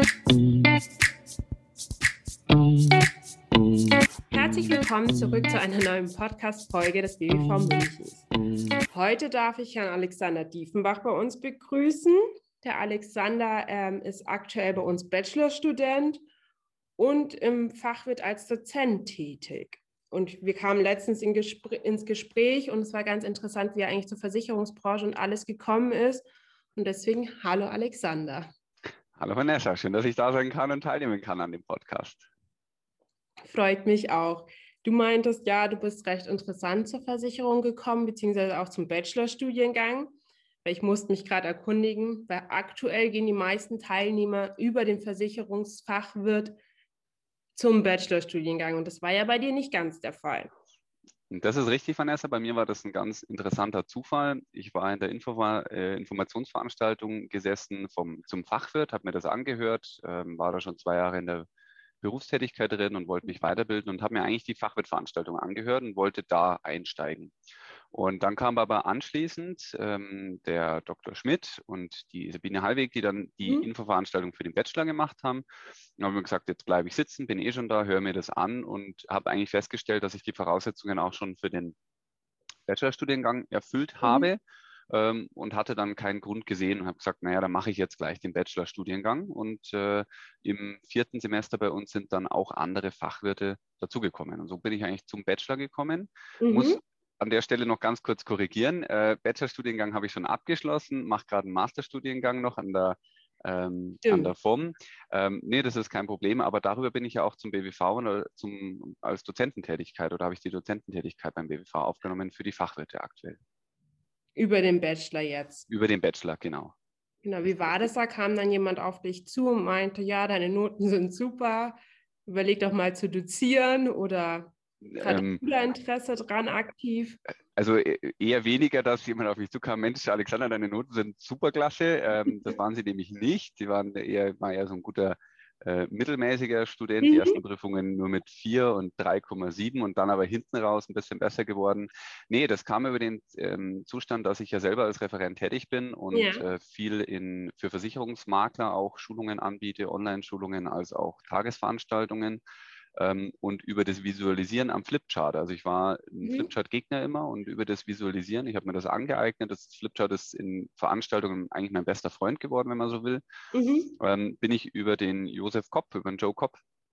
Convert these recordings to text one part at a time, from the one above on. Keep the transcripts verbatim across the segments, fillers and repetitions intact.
Herzlich willkommen zurück zu einer neuen Podcast-Folge des B W V Münchens. Heute darf ich Herrn Alexander Diefenbach bei uns begrüßen. Der Alexander ähm, ist aktuell bei uns Bachelorstudent und im Fachwirt als Dozent tätig. Und wir kamen letztens in Gespr- ins Gespräch und es war ganz interessant, wie er eigentlich zur Versicherungsbranche und alles gekommen ist. Und deswegen, hallo Alexander. Hallo Vanessa, schön, dass ich da sein kann und teilnehmen kann an dem Podcast. Freut mich auch. Du meintest, ja, du bist recht interessant zur Versicherung gekommen, beziehungsweise auch zum Bachelorstudiengang. Weil ich musste mich gerade erkundigen, weil aktuell gehen die meisten Teilnehmer über den Versicherungsfachwirt zum Bachelorstudiengang. Und das war ja bei dir nicht ganz der Fall. Und das ist richtig, Vanessa. Bei mir war das ein ganz interessanter Zufall. Ich war in der Info äh, Informationsveranstaltung gesessen vom, zum Fachwirt, habe mir das angehört, ähm, war da schon zwei Jahre in der Berufstätigkeit drin und wollte mich weiterbilden und habe mir eigentlich die Fachwirtveranstaltung angehört und wollte da einsteigen. Und dann kam aber anschließend ähm, der Doktor Schmidt und die Sabine Hallweg, die dann die Mhm. Infoveranstaltung für den Bachelor gemacht haben. Und haben mir gesagt, jetzt bleibe ich sitzen, bin eh schon da, höre mir das an und habe eigentlich festgestellt, dass ich die Voraussetzungen auch schon für den Bachelorstudiengang erfüllt Mhm. habe. Ähm, und hatte dann keinen Grund gesehen und habe gesagt, naja, dann mache ich jetzt gleich den Bachelorstudiengang. Und äh, im vierten Semester bei uns sind dann auch andere Fachwirte dazugekommen. Und so bin ich eigentlich zum Bachelor gekommen. Mhm. Muss an der Stelle noch ganz kurz korrigieren. Äh, Bachelorstudiengang habe ich schon abgeschlossen, mache gerade einen Masterstudiengang noch an der ähm, an der F O M. Ähm, nee, das ist kein Problem, aber darüber bin ich ja auch zum B W V oder zum, als Dozententätigkeit oder habe ich die Dozententätigkeit beim B W V aufgenommen für die Fachwirte aktuell. Über den Bachelor jetzt. Über den Bachelor, genau. Genau, wie war das? Da kam dann jemand auf dich zu und meinte, ja, deine Noten sind super, überleg doch mal zu dozieren oder hattest Ähm, du da Interesse dran aktiv? also eher weniger, dass jemand auf mich zukam, Mensch, Alexander, deine Noten sind superklasse. Ähm, das waren sie nämlich nicht. Die waren eher, war eher so ein guter äh, mittelmäßiger Student. Die ersten Mhm. Prüfungen nur mit vier und drei Komma sieben und dann aber hinten raus ein bisschen besser geworden. Nee, das kam über den ähm, Zustand, dass ich ja selber als Referent tätig bin und Ja. äh, viel in, für Versicherungsmakler auch Schulungen anbiete, Online-Schulungen als auch Tagesveranstaltungen. Ähm, und über das Visualisieren am Flipchart. Also ich war ein Mhm. Flipchart-Gegner immer und über das Visualisieren, ich habe mir das angeeignet. Das Flipchart ist in Veranstaltungen eigentlich mein bester Freund geworden, wenn man so will. Mhm. Ähm, bin ich über den Josef Kopp, über den Joe Kopp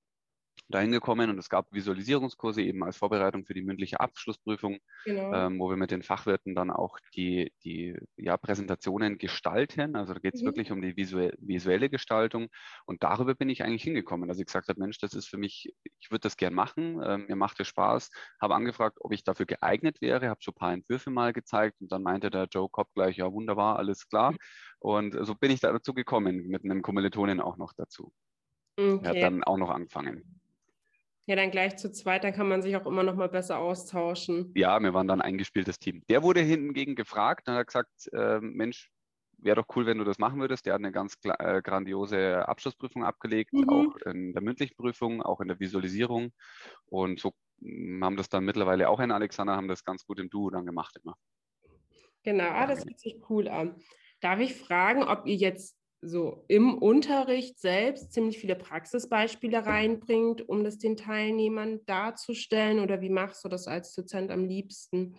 dahin gekommen und es gab Visualisierungskurse eben als Vorbereitung für die mündliche Abschlussprüfung, Genau. ähm, wo wir mit den Fachwirten dann auch die, die ja, Präsentationen gestalten. Also da geht es Mhm. wirklich um die visu visuelle Gestaltung und darüber bin ich eigentlich hingekommen, dass ich gesagt habe, Mensch, das ist für mich, ich würde das gern machen, ähm, mir macht es Spaß, habe angefragt, ob ich dafür geeignet wäre, habe so ein paar Entwürfe mal gezeigt und dann meinte der Joe Kopp gleich, ja wunderbar, alles klar und so bin ich da dazu gekommen, mit einem Kommilitonen auch noch dazu. Er hat Okay. dann auch noch angefangen. Ja, dann gleich zu zweit, dann kann man sich auch immer noch mal besser austauschen. Ja, wir waren dann ein eingespieltes Team. Der wurde hingegen gefragt und hat gesagt, äh, Mensch, wäre doch cool, wenn du das machen würdest. Der hat eine ganz äh, grandiose Abschlussprüfung abgelegt, Mhm. auch in der mündlichen Prüfung, auch in der Visualisierung. Und so mh, haben das dann mittlerweile auch ein Alexander, haben das ganz gut im Duo dann gemacht immer. Genau, ah, das hört sich cool an. Darf ich fragen, ob ihr jetzt so im Unterricht selbst ziemlich viele Praxisbeispiele reinbringt, um das den Teilnehmern darzustellen? Oder wie machst du das als Dozent am liebsten?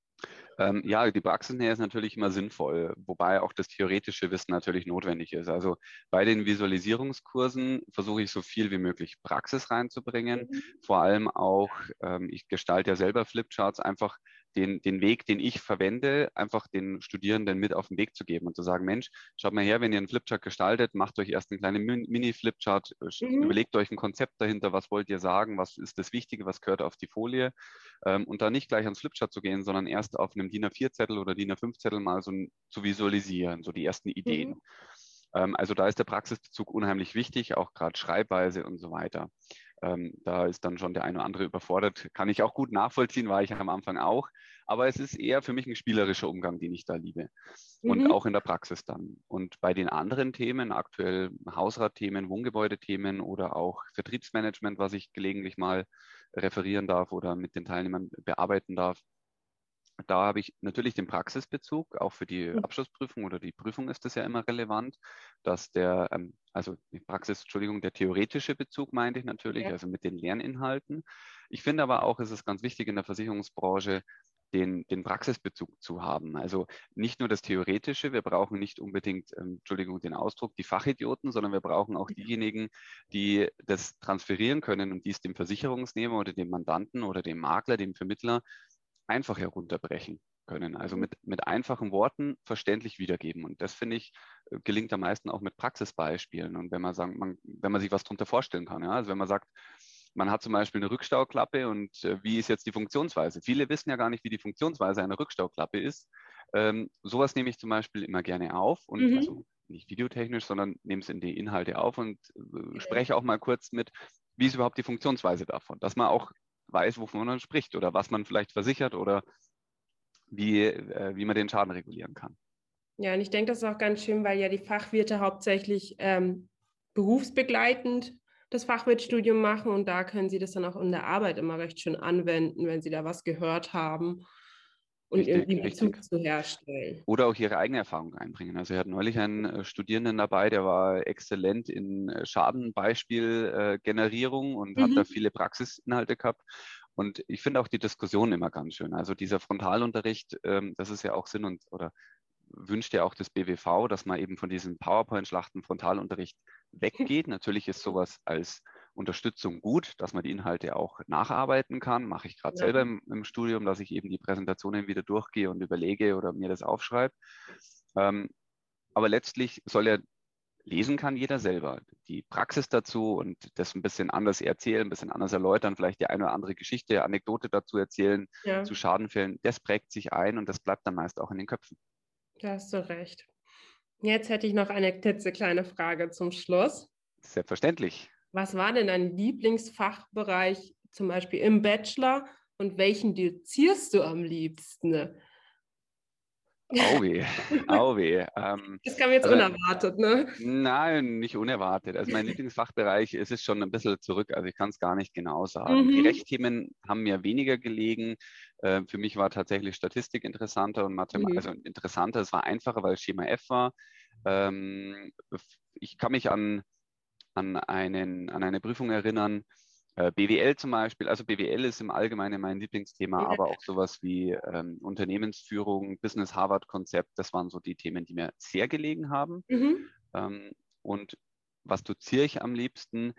Ähm, ja, die Praxisnähe ist natürlich immer sinnvoll, wobei auch das theoretische Wissen natürlich notwendig ist. Also bei den Visualisierungskursen versuche ich so viel wie möglich Praxis reinzubringen. Mhm. Vor allem auch, ähm, ich gestalte ja selber Flipcharts, einfach den, den Weg, den ich verwende, einfach den Studierenden mit auf den Weg zu geben und zu sagen, Mensch, schaut mal her, wenn ihr einen Flipchart gestaltet, macht euch erst einen kleinen Mini-Flipchart, Mhm. überlegt euch ein Konzept dahinter, was wollt ihr sagen, was ist das Wichtige, was gehört auf die Folie ähm, und da nicht gleich ans Flipchart zu gehen, sondern erst auf einem D I N A vier Zettel oder D I N A fünf Zettel mal so zu visualisieren, so die ersten Mhm. Ideen. Ähm, also da ist der Praxisbezug unheimlich wichtig, auch gerade Schreibweise und so weiter. Ähm, da ist dann schon der eine oder andere überfordert. Kann ich auch gut nachvollziehen, war ich am Anfang auch. Aber es ist eher für mich ein spielerischer Umgang, den ich da liebe. Und Mhm. auch in der Praxis dann. Und bei den anderen Themen, aktuell Hausratthemen, Wohngebäudethemen oder auch Vertriebsmanagement, was ich gelegentlich mal referieren darf oder mit den Teilnehmern bearbeiten darf, da habe ich natürlich den Praxisbezug, auch für die Abschlussprüfung oder die Prüfung ist das ja immer relevant, dass der ähm, also die Praxis, Entschuldigung, der theoretische Bezug meinte ich natürlich, Ja. also mit den Lerninhalten. Ich finde aber auch, es ist ganz wichtig in der Versicherungsbranche, den, den Praxisbezug zu haben. Also nicht nur das Theoretische, wir brauchen nicht unbedingt, ähm, Entschuldigung, den Ausdruck, die Fachidioten, sondern wir brauchen auch diejenigen, die das transferieren können und die es dem Versicherungsnehmer oder dem Mandanten oder dem Makler, dem Vermittler einfach herunterbrechen können. Also mit, mit einfachen Worten verständlich wiedergeben. Und das, finde ich, gelingt am meisten auch mit Praxisbeispielen. Und wenn man sagen, man, wenn man sich was darunter vorstellen kann. Ja? Also wenn man sagt, man hat zum Beispiel eine Rückstauklappe und äh, wie ist jetzt die Funktionsweise? Viele wissen ja gar nicht, wie die Funktionsweise einer Rückstauklappe ist. Ähm, sowas nehme ich zum Beispiel immer gerne auf und Mhm. also nicht videotechnisch, sondern nehme es in die Inhalte auf und äh, spreche auch mal kurz mit, wie ist überhaupt die Funktionsweise davon, dass man auch weiß, wovon man spricht oder was man vielleicht versichert oder wie, äh, wie man den Schaden regulieren kann. Ja, und ich denke, das ist auch ganz schön, weil ja die Fachwirte hauptsächlich ähm, berufsbegleitend das Fachwirtstudium machen und da können sie das dann auch in der Arbeit immer recht schön anwenden, wenn sie da was gehört haben und Richtig, irgendwie einen richtig. Bezug zu herstellen. Oder auch ihre eigene Erfahrung einbringen. Also ich hatte neulich einen äh, Studierenden dabei, der war exzellent in äh, Schadenbeispielgenerierung äh, und hat da Mhm. viele Praxisinhalte gehabt. Und ich finde auch die Diskussion immer ganz schön. Also dieser Frontalunterricht, ähm, das ist ja auch Sinn und oder wünscht ja auch das B W V, dass man eben von diesem PowerPoint-Schlachten Frontalunterricht weggeht. Natürlich ist sowas als Unterstützung gut, dass man die Inhalte auch nacharbeiten kann. Mache ich gerade Ja. selber im, im Studium, dass ich eben die Präsentationen wieder durchgehe und überlege oder mir das aufschreibe. Ähm, aber letztlich soll ja lesen kann jeder selber. Die Praxis dazu und das ein bisschen anders erzählen, ein bisschen anders erläutern, vielleicht die eine oder andere Geschichte, Anekdote dazu erzählen, Ja, zu Schadenfällen, das prägt sich ein und das bleibt dann meist auch in den Köpfen. da hast du recht. Jetzt hätte ich noch eine klitzekleine Frage zum Schluss. Selbstverständlich. Was war denn dein Lieblingsfachbereich, zum Beispiel im Bachelor, und welchen dozierst du am liebsten? Au weh, au weh. Ähm, Das kam jetzt also, unerwartet, ne? nein, nicht unerwartet. Also mein Lieblingsfachbereich ist es schon ein bisschen zurück, also ich kann es gar nicht genau sagen. Die Mhm. Rechtsthemen haben mir weniger gelegen. Äh, für mich war tatsächlich Statistik interessanter und Mathematik, Mhm. also interessanter, es war einfacher, weil es Schema F war. Ähm, ich kann mich an, an, einen, an eine Prüfung erinnern, äh, B W L zum Beispiel, also B W L ist im Allgemeinen mein Lieblingsthema, Ja. aber auch sowas wie ähm, Unternehmensführung, Business Harvard-Konzept, das waren so die Themen, die mir sehr gelegen haben. Mhm. Ähm, und was doziere ich am liebsten?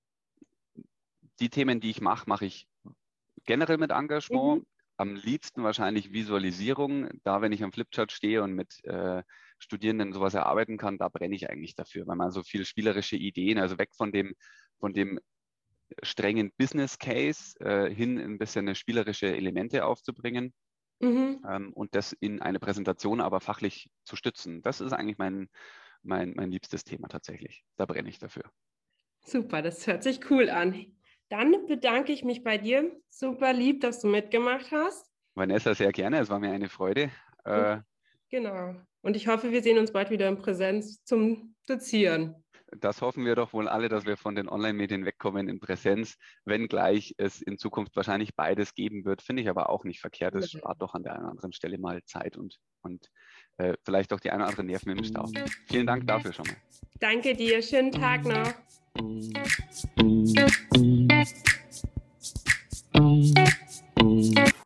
Die Themen, die ich mache, mache ich generell mit Engagement. Mhm. Am liebsten wahrscheinlich Visualisierung. Da, wenn ich am Flipchart stehe und mit äh, Studierenden sowas erarbeiten kann, da brenne ich eigentlich dafür, weil man so viel spielerische Ideen, also weg von dem, von dem strengen Business Case äh, hin ein bisschen eine spielerische Elemente aufzubringen Mhm. ähm, und das in eine Präsentation aber fachlich zu stützen. Das ist eigentlich mein, mein, mein liebstes Thema tatsächlich. Da brenne ich dafür. Super, das hört sich cool an. Dann bedanke ich mich bei dir. Super lieb, dass du mitgemacht hast. Vanessa, sehr gerne. Es war mir eine Freude. Und, Äh, genau. Und ich hoffe, wir sehen uns bald wieder in Präsenz zum Dozieren. Das hoffen wir doch wohl alle, dass wir von den Online-Medien wegkommen in Präsenz, wenngleich es in Zukunft wahrscheinlich beides geben wird. Finde ich aber auch nicht verkehrt. Es spart doch an der einen oder anderen Stelle mal Zeit und, und äh, vielleicht auch die ein oder anderen Nerven im Stau. Vielen Dank dafür schon mal. Danke dir. Schönen Tag noch.